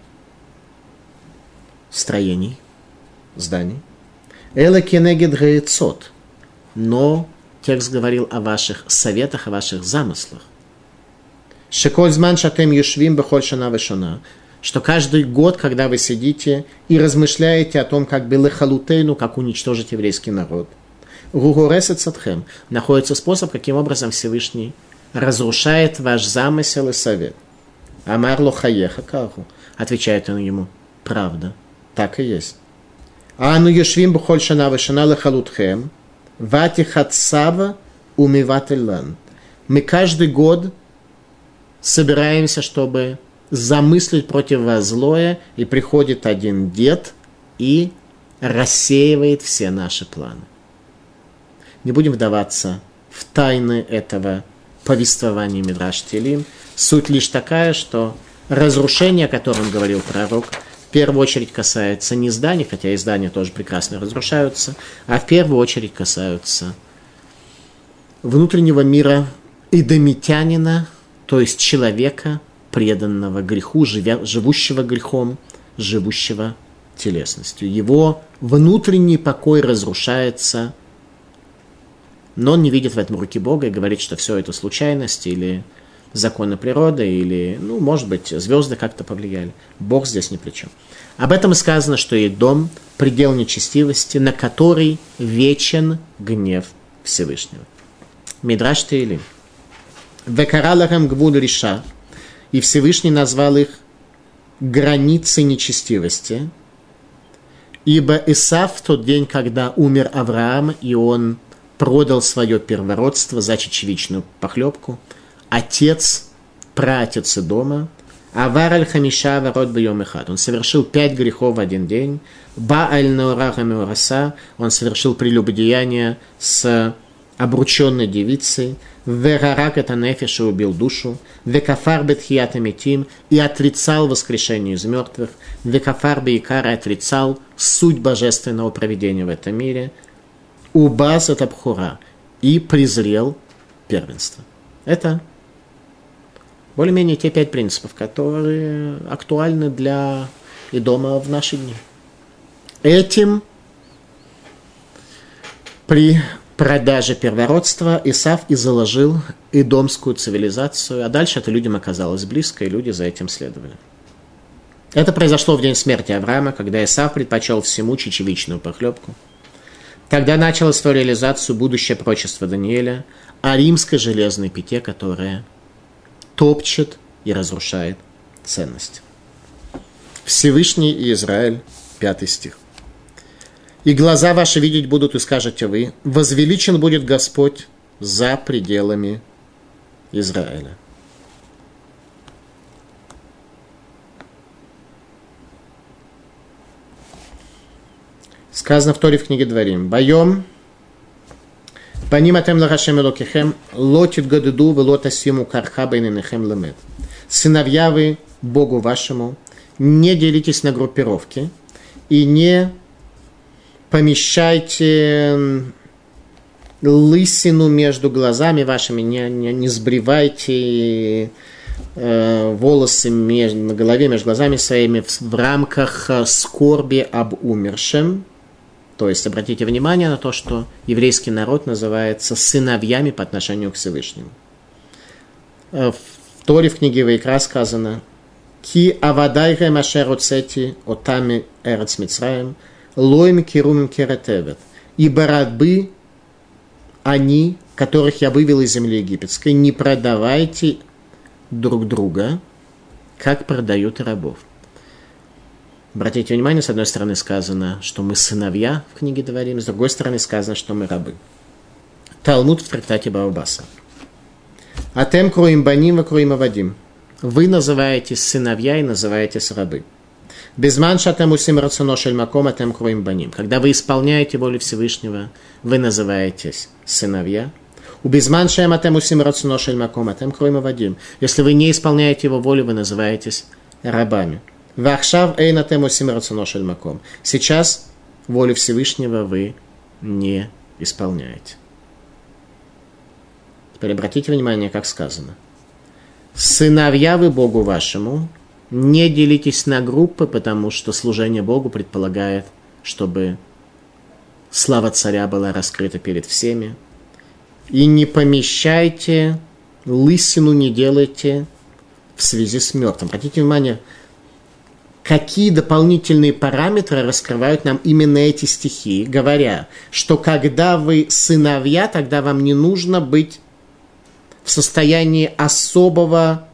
строений, зданий. Эла кенегед гаэцот. Но текст говорил о ваших советах, о ваших замыслах. Шекользман шатем юшвим бехоль шана вешана, что каждый год, когда вы сидите и размышляете о том, как белехалутейну, как уничтожить еврейский народ, гугоресет садхем, находится способ, каким образом Всевышний разрушает ваш замысел и совет. Амар ло хаеха каху, отвечает он ему, правда, так и есть. Ану юшвим бехоль шана вешана лехалутхем, ватихатсава умивателлан. Мы каждый год собираемся, чтобы замыслить против вас злое, и приходит один дед и рассеивает все наши планы. Не будем вдаваться в тайны этого повествования Мидраш Теилим. Суть лишь такая, что разрушение, о котором говорил пророк, в первую очередь касается не зданий, хотя и здания тоже прекрасно разрушаются, а в первую очередь касаются внутреннего мира эдомитянина, то есть человека, преданного греху, живя, живущего грехом, живущего телесностью. Его внутренний покой разрушается, но он не видит в этом руки Бога и говорит, что все это случайность или законы природы, или, ну, может быть, звезды как-то повлияли. Бог здесь ни при чем. Об этом и сказано, что есть дом, предел нечестивости, на который вечен гнев Всевышнего. Мидраш Теилим. Векаралахам гвуль риша, и Всевышний назвал их границей нечестивости, ибо Исав в тот день, когда умер Авраам, и он продал свое первородство за чечевичную похлебку, отец, праотец Эдома, авар аль-хамиша ворот бьем эхад, он совершил пять грехов в один день, ба аль-неора хамеораса, он совершил прелюбодеяние с обрученной девицей, верарак это нефиш и убил душу, векафар бетхият митим и отрицал воскрешение из мертвых, векафар бейкар и отрицал суть божественного провидения в этом мире, убас это бхура и презрел первенство. Это более-менее те пять принципов, которые актуальны для Идома в наши дни. Этим при продаже первородства Исав и заложил идомскую цивилизацию, а дальше это людям оказалось близко, и люди за этим следовали. Это произошло в день смерти Авраама, когда Исав предпочел всему чечевичную похлебку. Тогда начало свою реализацию будущее пророчество Даниэля о римской железной пяте, которая топчет и разрушает ценность. Всевышний и Израиль, пятый стих. «И глаза ваши видеть будут, и скажете вы, возвеличен будет Господь за пределами Израиля». Сказано в Торе в книге Дворим: «Боем, паним атем лахашем элокехем, лотит гадыду велота симу карха бейненехем лемет». Сыновья вы Богу вашему, не делитесь на группировки и не помещайте лысину между глазами вашими, не, не, не сбривайте э, волосы между, на голове между глазами своими в, в рамках скорби об умершем. То есть обратите внимание на то, что еврейский народ называется сыновьями по отношению к Всевышнему. В Торе в книге Ваикра сказано: «Ки авадайхэ машер оцети отами эрец Мицраим, лоим кирумим керетевет». Ибо рабы они, которых я вывел из земли египетской, не продавайте друг друга, как продают рабов. Обратите внимание, с одной стороны сказано, что мы сыновья в книге Дворим, с другой стороны сказано, что мы рабы. Талмуд в трактате Бава Басра. «Атем кроим баним ва кроим авадим». Вы называетесь сыновья и называетесь рабы. «Безман шатем усим рацоно шель маком атем кроим баним». Когда вы исполняете волю Всевышнего, вы называетесь сыновья. «У безман шем атем усим рацоно шель маком атем кроим авадим». Если вы не исполняете его волю, вы называетесь рабами. «Вахшав эйн атем усим рацоно шель маком». Сейчас волю Всевышнего вы не исполняете. Теперь обратите внимание, как сказано. «Сыновья вы Богу вашему, не делитесь на группы, потому что служение Богу предполагает, чтобы слава царя была раскрыта перед всеми. И не помещайте, лысину не делайте в связи с мертвым». Обратите внимание, какие дополнительные параметры раскрывают нам именно эти стихи, говоря, что когда вы сыновья, тогда вам не нужно быть в состоянии особого,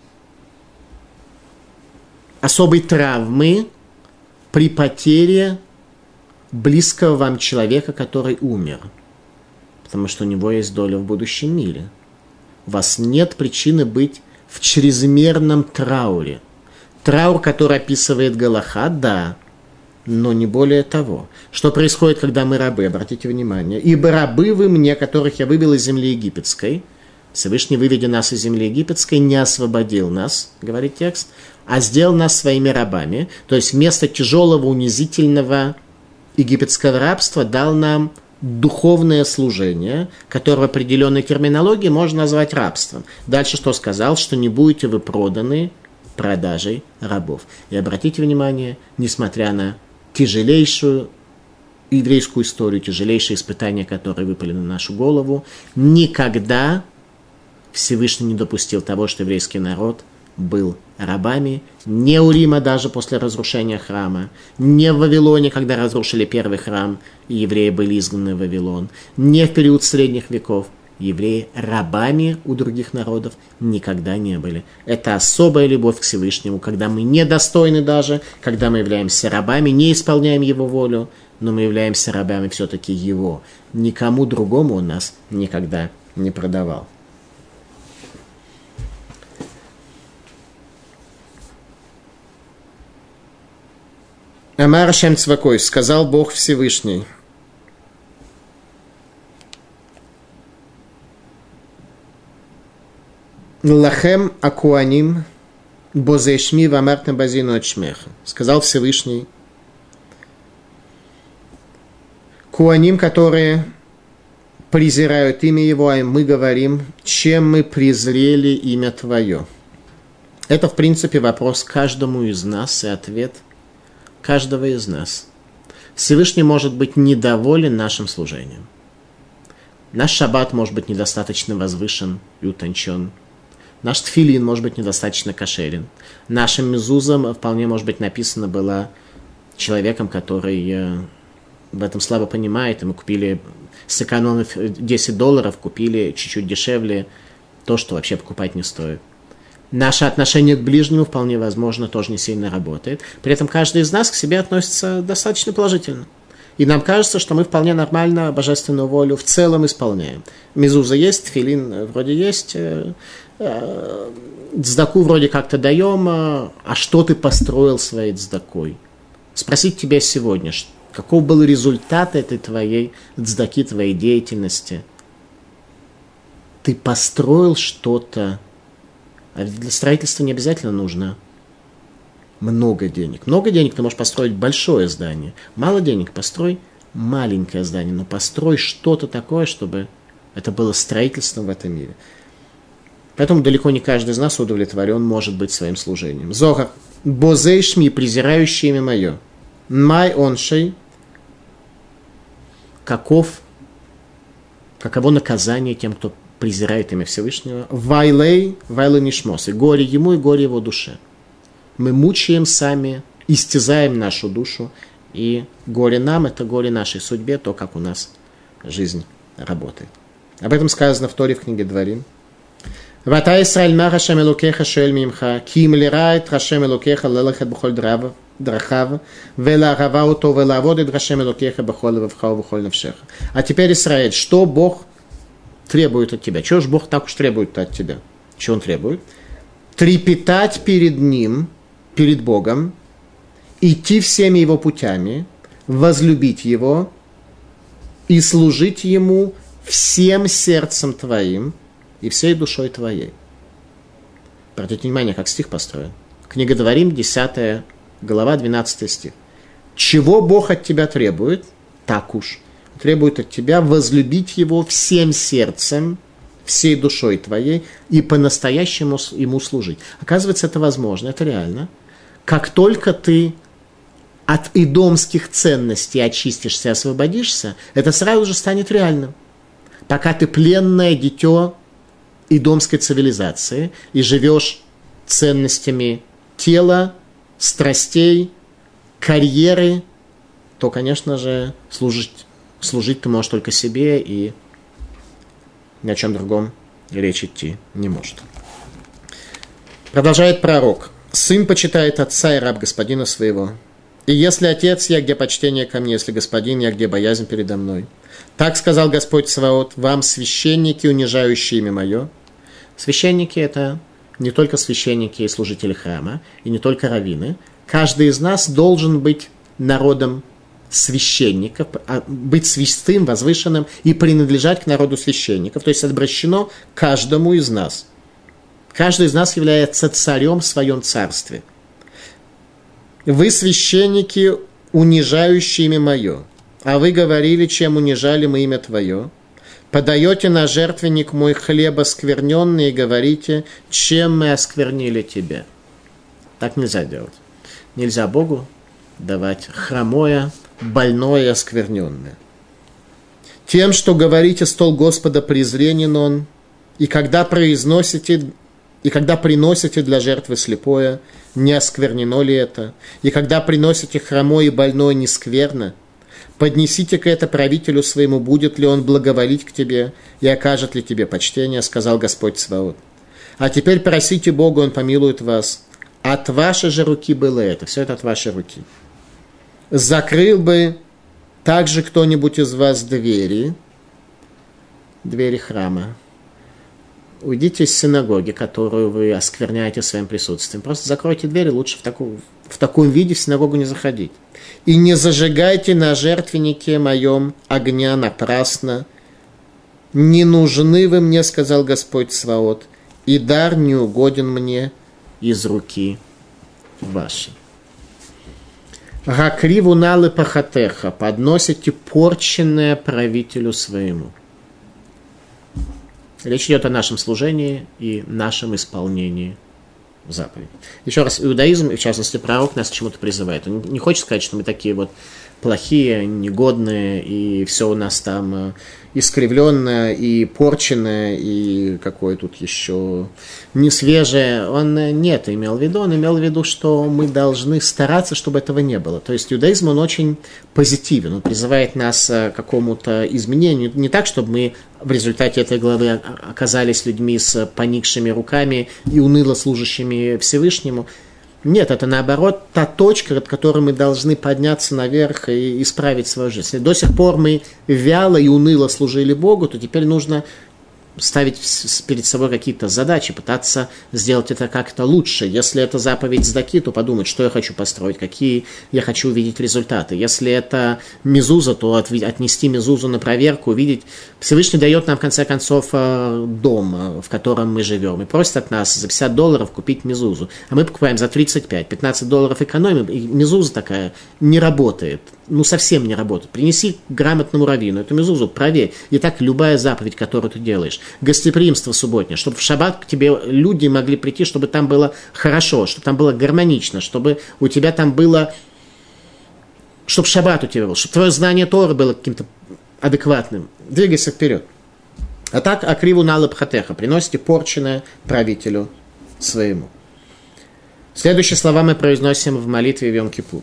особой травмы при потере близкого вам человека, который умер. Потому что у него есть доля в будущем мире. У вас нет причины быть в чрезмерном трауре. Траур, который описывает Галаха, да, но не более того. Что происходит, когда мы рабы? Обратите внимание. «Ибо рабы вы мне, которых я вывел из земли египетской». Всевышний, выведя нас из земли египетской, не освободил нас, говорит текст, а сделал нас своими рабами. То есть вместо тяжелого, унизительного египетского рабства дал нам духовное служение, которое в определенной терминологии можно назвать рабством. Дальше что сказал? Что не будете вы проданы продажей рабов. И обратите внимание, несмотря на тяжелейшую еврейскую историю, тяжелейшие испытания, которые выпали на нашу голову, никогда Всевышний не допустил того, что еврейский народ был рабами, не у Рима даже после разрушения храма, не в Вавилоне, когда разрушили первый храм, и евреи были изгнаны в Вавилон, не в период средних веков. Евреи рабами у других народов никогда не были. Это особая любовь к Всевышнему, когда мы недостойны даже, когда мы являемся рабами, не исполняем его волю, но мы являемся рабами все-таки его. Никому другому он нас никогда не продавал. Амар Шем Цвакой, сказал Бог Всевышний: Лахем акуаним бозешми вамартна базину очмеха. Сказал Всевышний. Куаним, которые презирают имя Его, а мы говорим, чем мы презрели имя Твое. Это, в принципе, вопрос каждому из нас и ответ каждого из нас. Всевышний может быть недоволен нашим служением. Наш шаббат может быть недостаточно возвышен и утончен. Наш тфилин может быть недостаточно кошерен. Нашим мезузом вполне может быть написано было человеком, который в этом слабо понимает, и мы купили, сэкономив десять долларов, купили чуть-чуть дешевле то, что вообще покупать не стоит. Наше отношение к ближнему вполне возможно тоже не сильно работает. При этом каждый из нас к себе относится достаточно положительно. И нам кажется, что мы вполне нормально божественную волю в целом исполняем. Мезуза есть, тфилин вроде есть, цдаку вроде как-то даем, а что ты построил своей цдакой? Спросить тебя сегодня, каков был результат этой твоей цдаки, твоей деятельности? Ты построил что-то, а для строительства не обязательно нужно много денег. Много денег ты можешь построить большое здание. Мало денег построй маленькое здание, но построй что-то такое, чтобы это было строительством в этом мире. Поэтому далеко не каждый из нас удовлетворен может быть своим служением. Зохар. Бозей шми, презирающий имя мое. Май оншей. Каков, каково наказание тем, кто презирает имя Всевышнего. Вайлей, вайлей нишмос. И горе ему, и горе его душе. Мы мучаем сами, истязаем нашу душу. И горе нам – это горе нашей судьбе, то, как у нас жизнь работает. Об этом сказано в Торе в книге Дворим. «Вата Исраэль ма Хашем Элокеха шоэль мимха, ки им лирает Хашем Элокеха лелехет бхоль драхав, велаарава ото велааводет Хашем Элокеха бхоль левавха убхоль навшеха». А теперь, Исраэль, что Бог требует от тебя? Чего же Бог так уж требует от тебя? Чего Он требует? Трепетать перед Ним, перед Богом, идти всеми Его путями, возлюбить Его и служить Ему всем сердцем твоим и всей душой твоей. Обратите внимание, как стих построен. Книга Дворим, десятая глава, двенадцатый стих. Чего Бог от тебя требует? Так уж. Требует от тебя возлюбить Его всем сердцем, всей душой твоей и по-настоящему Ему служить. Оказывается, это возможно, это реально. Как только ты от идомских ценностей очистишься, освободишься, это сразу же станет реальным. Пока ты пленное дитё идомской цивилизации и живешь ценностями тела, страстей, карьеры, то, конечно же, служить, служить ты можешь только себе, и ни о чем другом речь идти не может. Продолжает пророк. «Сын почитает отца и раб господина своего. И если отец, я где почтение ко мне, если господин, я где боязнь передо мной. Так сказал Господь Цваот, вам, священники, унижающие имя мое». Священники – это не только священники и служители храма, и не только раввины. Каждый из нас должен быть народом священников, быть святым, возвышенным и принадлежать к народу священников. То есть обращено каждому из нас. Каждый из нас является царем в своем царстве. Вы, священники, унижающие имя мое, а вы говорили, чем унижали мы имя твое. Подаете на жертвенник мой хлеб оскверненный и говорите, чем мы осквернили тебя. Так нельзя делать. Нельзя Богу давать хромое, больное и оскверненное. Тем, что говорите, стол Господа презренен он, и когда произносите, и когда приносите для жертвы слепое, не осквернено ли это? И когда приносите хромое и больное, не скверно? Поднесите-ка это правителю своему, будет ли он благоволить к тебе и окажет ли тебе почтение, сказал Господь Цваот. А теперь просите Бога, он помилует вас. От вашей же руки было это, все это от вашей руки. Закрыл бы также кто-нибудь из вас двери, двери храма. Уйдите из синагоги, которую вы оскверняете своим присутствием. Просто закройте двери, лучше в, таку, в таком виде в синагогу не заходить. И не зажигайте на жертвеннике моем огня напрасно. Не нужны вы мне, сказал Господь Цваот, и дар не угоден мне из руки вашей. Гакриву налы пахатеха, подносите порченное правителю своему. Речь идет о нашем служении и нашем исполнении заповедей. Еще раз, иудаизм, и в частности пророк, нас к чему-то призывает. Он не хочет сказать, что мы такие вот плохие, негодные, и все у нас там искривленное и порченное, и какое тут еще не свежее. Он не это имел в виду, он имел в виду, что мы должны стараться, чтобы этого не было. То есть иудаизм, он очень позитивен, он призывает нас к какому-то изменению. Не так, чтобы мы в результате этой главы оказались людьми с поникшими руками и уныло служащими Всевышнему. Нет, это наоборот та точка, от которой мы должны подняться наверх и исправить свою жизнь. Если до сих пор мы вяло и уныло служили Богу, то теперь нужно ставить перед собой какие-то задачи, пытаться сделать это как-то лучше. Если это заповедь сдаки, то подумать, что я хочу построить, какие я хочу увидеть результаты. Если это мезуза, то отнести мезузу на проверку, увидеть. Всевышний дает нам, в конце концов, дом, в котором мы живем, и просит от нас за пятьдесят долларов купить мезузу. А мы покупаем за тридцать пять, пятнадцать долларов экономим, и мезуза такая не работает. Ну, совсем не работает. Принеси грамотному раввину эту мезузу, проверь. И так любая заповедь, которую ты делаешь. Гостеприимство субботнее, чтобы в шаббат к тебе люди могли прийти, чтобы там было хорошо, чтобы там было гармонично, чтобы у тебя там было, чтобы шаббат у тебя был, чтобы твое знание Торы было каким-то адекватным. Двигайся вперед. А так, акриву налы пхатеха, приносите порченное правителю своему. Следующие слова мы произносим в молитве в Йом-Кипур.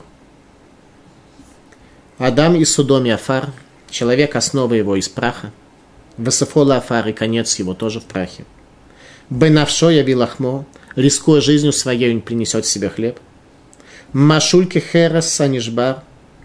Адам и Судом и Афар, человек, основа его из праха. Васафола Афар, и конец его тоже в прахе. Бенавшо яви лахмо, рискуя жизнью своей, он принесет себе хлеб. Машульки херес санишбар,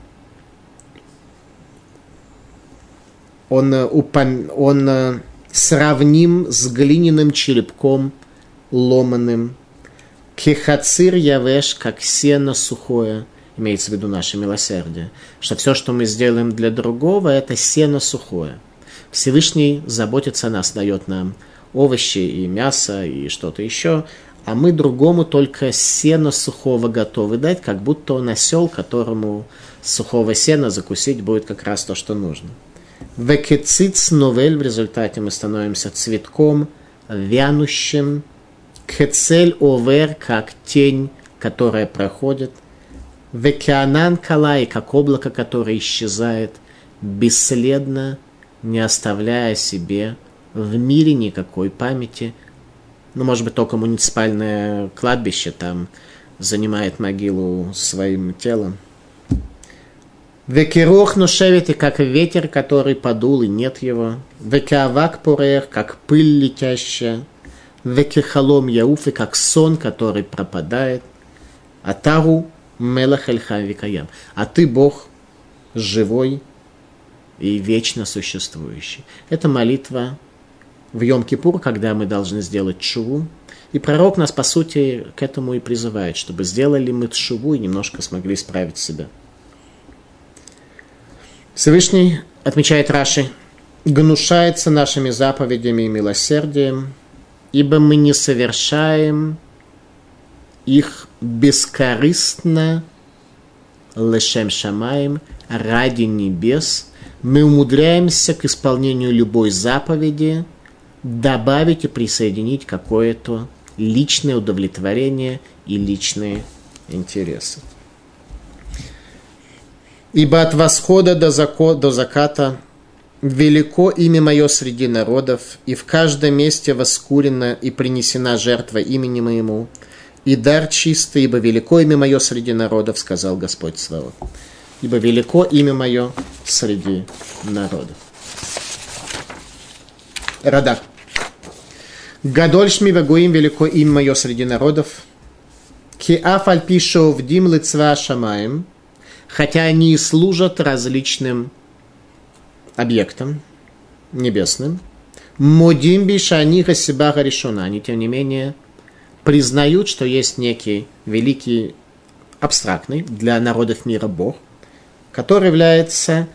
он, упом... он сравним с глиняным черепком ломаным. Кехацир явеш, как сено сухое. Имеется в виду наше милосердие, что все, что мы сделаем для другого, это сено сухое. Всевышний заботится о нас, дает нам овощи и мясо и что-то еще, а мы другому только сено сухого готовы дать, как будто он осел, которому сухого сена закусить будет как раз то, что нужно. Векециц новель, в результате мы становимся цветком, вянущим, кецель овер, как тень, которая проходит, векеанан калай, как облако, которое исчезает, бесследно, не оставляя себе в мире никакой памяти. Ну, может быть, только муниципальное кладбище там занимает могилу своим телом. Векерух нушевит, и как ветер, который подул, и нет его. Векеавак порех, как пыль летящая. Векехалом яуф, и как сон, который пропадает. Атару мелах эльхам викаям. А ты, Бог, живой и вечно существующий. Это молитва в Йом-Кипур, когда мы должны сделать тшуву. И пророк нас, по сути, к этому и призывает, чтобы сделали мы тшуву и немножко смогли исправить себя. Всевышний, отмечает Раши, гнушается нашими заповедями и милосердием, ибо мы не совершаем их бескорыстно лешем шамаем, ради небес. Мы умудряемся к исполнению любой заповеди добавить и присоединить какое-то личное удовлетворение и личные интересы. Ибо от восхода до, зако, до заката велико имя мое среди народов, и в каждом месте воскурена и принесена жертва имени моему, и дар чистый, ибо велико имя мое среди народов, сказал Господь Саваоф. Ибо велико имя мое среди народов. Радак. Гадоль шми вагуим, велико имя мое среди народов. Ки афаль пишо в дим лицва шамаем, хотя они и служат различным объектам небесным. Модим бишани хасибаха решена. Они, тем не менее, признают, что есть некий великий, абстрактный для народов мира Бог, который является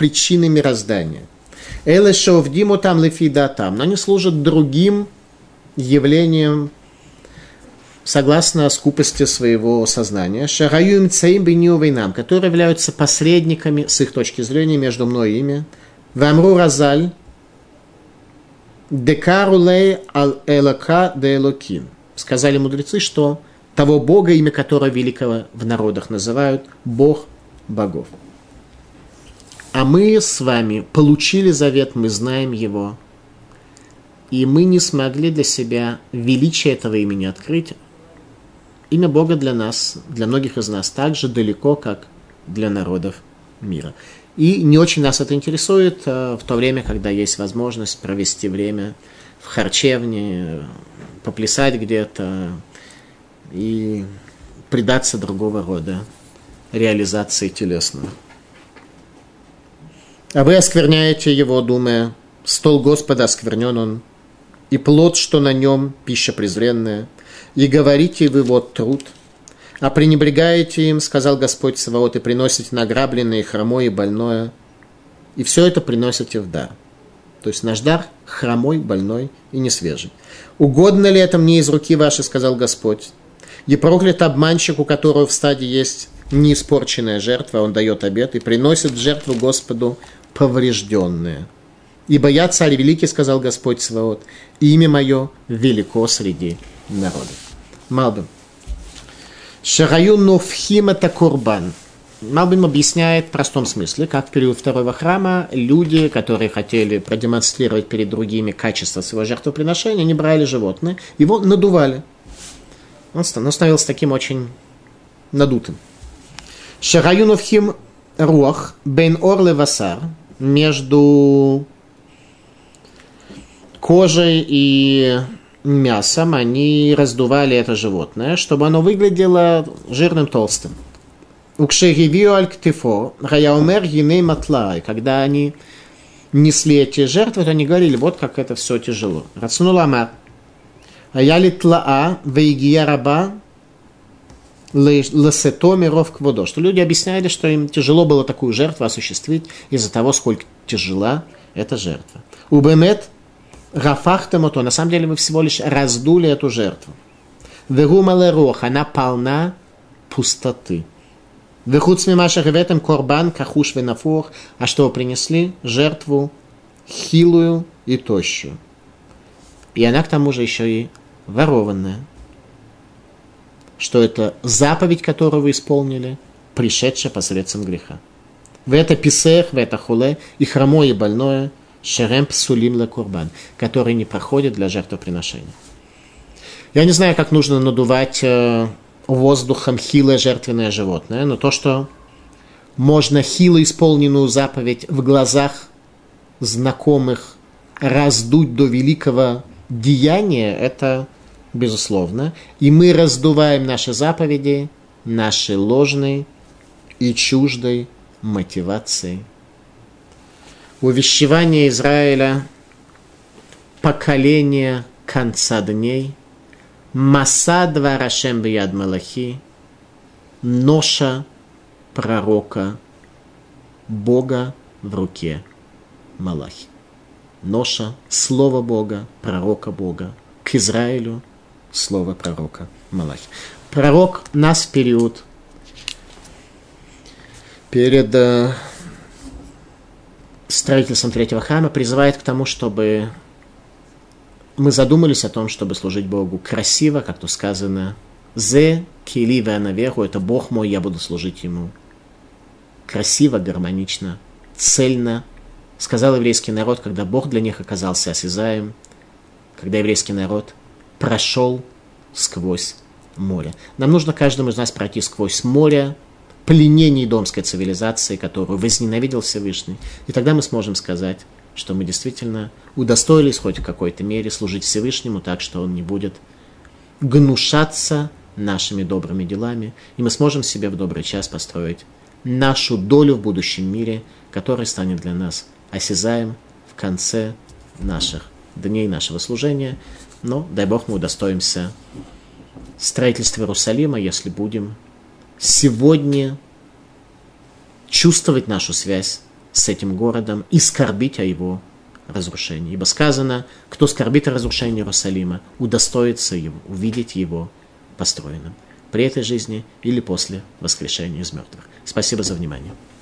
первопричиной мироздания. Элэшов диму там лефида там, но они служат другим явлением согласно скупости своего сознания, шараюм цаим беню нам, которые являются посредниками, с их точки зрения, между мной и ими, вамру разаль, декарулей ал элока де элокин. Сказали мудрецы, что того Бога, имя которого великого в народах называют Бог богов. А мы с вами получили завет, мы знаем его, и мы не смогли для себя величие этого имени открыть. Имя Бога для нас, для многих из нас, так же далеко, как для народов мира. И не очень нас это интересует в то время, когда есть возможность провести время в харчевне, поплясать где-то и предаться другого рода реализации телесного. А вы оскверняете его, думая, стол Господа осквернен он, и плод, что на нем, пища презренная, и говорите вы вот труд, а пренебрегаете им, сказал Господь Саваот, и приносите награбленное, и хромое, и больное, и все это приносите в дар. То есть наш дар хромой, больной и несвежий. Угодно ли это мне из руки вашей, сказал Господь, и проклят обманщик, у которого в стаде есть неиспорченная жертва, он дает обет и приносит в жертву Господу поврежденное. Ибо я царь великий, сказал Господь Саваот, и имя мое велико среди народов. Малбим. Шараю нофхим это курбан. Малбим объясняет в простом смысле, как в период второго храма люди, которые хотели продемонстрировать перед другими качество своего жертвоприношения, не брали животное, его надували. Он становился таким очень надутым. Шараю нофхим руах бен орле васар, между кожей и мясом они раздували это животное, чтобы оно выглядело жирным, толстым. Укшегивио аль-ктифо, раяумер гиней матлай, когда они несли эти жертвы, то они говорили, вот как это все тяжело. Рацнула амар. Аяли тлаа вейгия раба ласето миров кводо. Что люди объясняли, что им тяжело было такую жертву осуществить из-за того, сколько тяжела эта жертва. Убемет гафахтемото. На самом деле вы всего лишь раздули эту жертву. Вегумале рох. Она полна пустоты. Вехуцми машах в этом корбан кахуш венафух. А что вы принесли? Жертву хилую и тощую. И она к тому же еще и ворованная. Что это заповедь, которую вы исполнили, пришедшая посредством греха. В это писех, в это хуле, и хромое, и больное, шерем псулим ле курбан, которые не проходят для жертвоприношения. Я не знаю, как нужно надувать э, воздухом хилое жертвенное животное, но то, что можно хило исполненную заповедь в глазах знакомых раздуть до великого деяния, это безусловно. И мы раздуваем наши заповеди нашей ложной и чуждой мотивацией. Увещевание Израиля, поколение конца дней, Маса дварашем бияд малахи, ноша пророка Бога в руке Малахи. Ноша, слово Бога, пророка Бога к Израилю, слово пророка Малахи. Пророк нас в период перед э, строительством третьего храма призывает к тому, чтобы мы задумались о том, чтобы служить Богу красиво, как тут сказано, «Зе кили веанаверу» – это Бог мой, я буду служить Ему. Красиво, гармонично, цельно. Сказал еврейский народ, когда Бог для них оказался осязаем, когда еврейский народ прошел сквозь море. Нам нужно каждому из нас пройти сквозь море пленений домской цивилизации, которую возненавидел Всевышний. И тогда мы сможем сказать, что мы действительно удостоились хоть в какой-то мере служить Всевышнему так, что Он не будет гнушаться нашими добрыми делами, и мы сможем себе в добрый час построить нашу долю в будущем мире, который станет для нас осязаем в конце наших дней нашего служения. Но, дай Бог, мы удостоимся строительства Иерусалима, если будем сегодня чувствовать нашу связь с этим городом и скорбить о его разрушения. Ибо сказано, кто скорбит о разрушении Иерусалима, удостоится его, увидеть его построенным при этой жизни или после воскрешения из мертвых. Спасибо за внимание.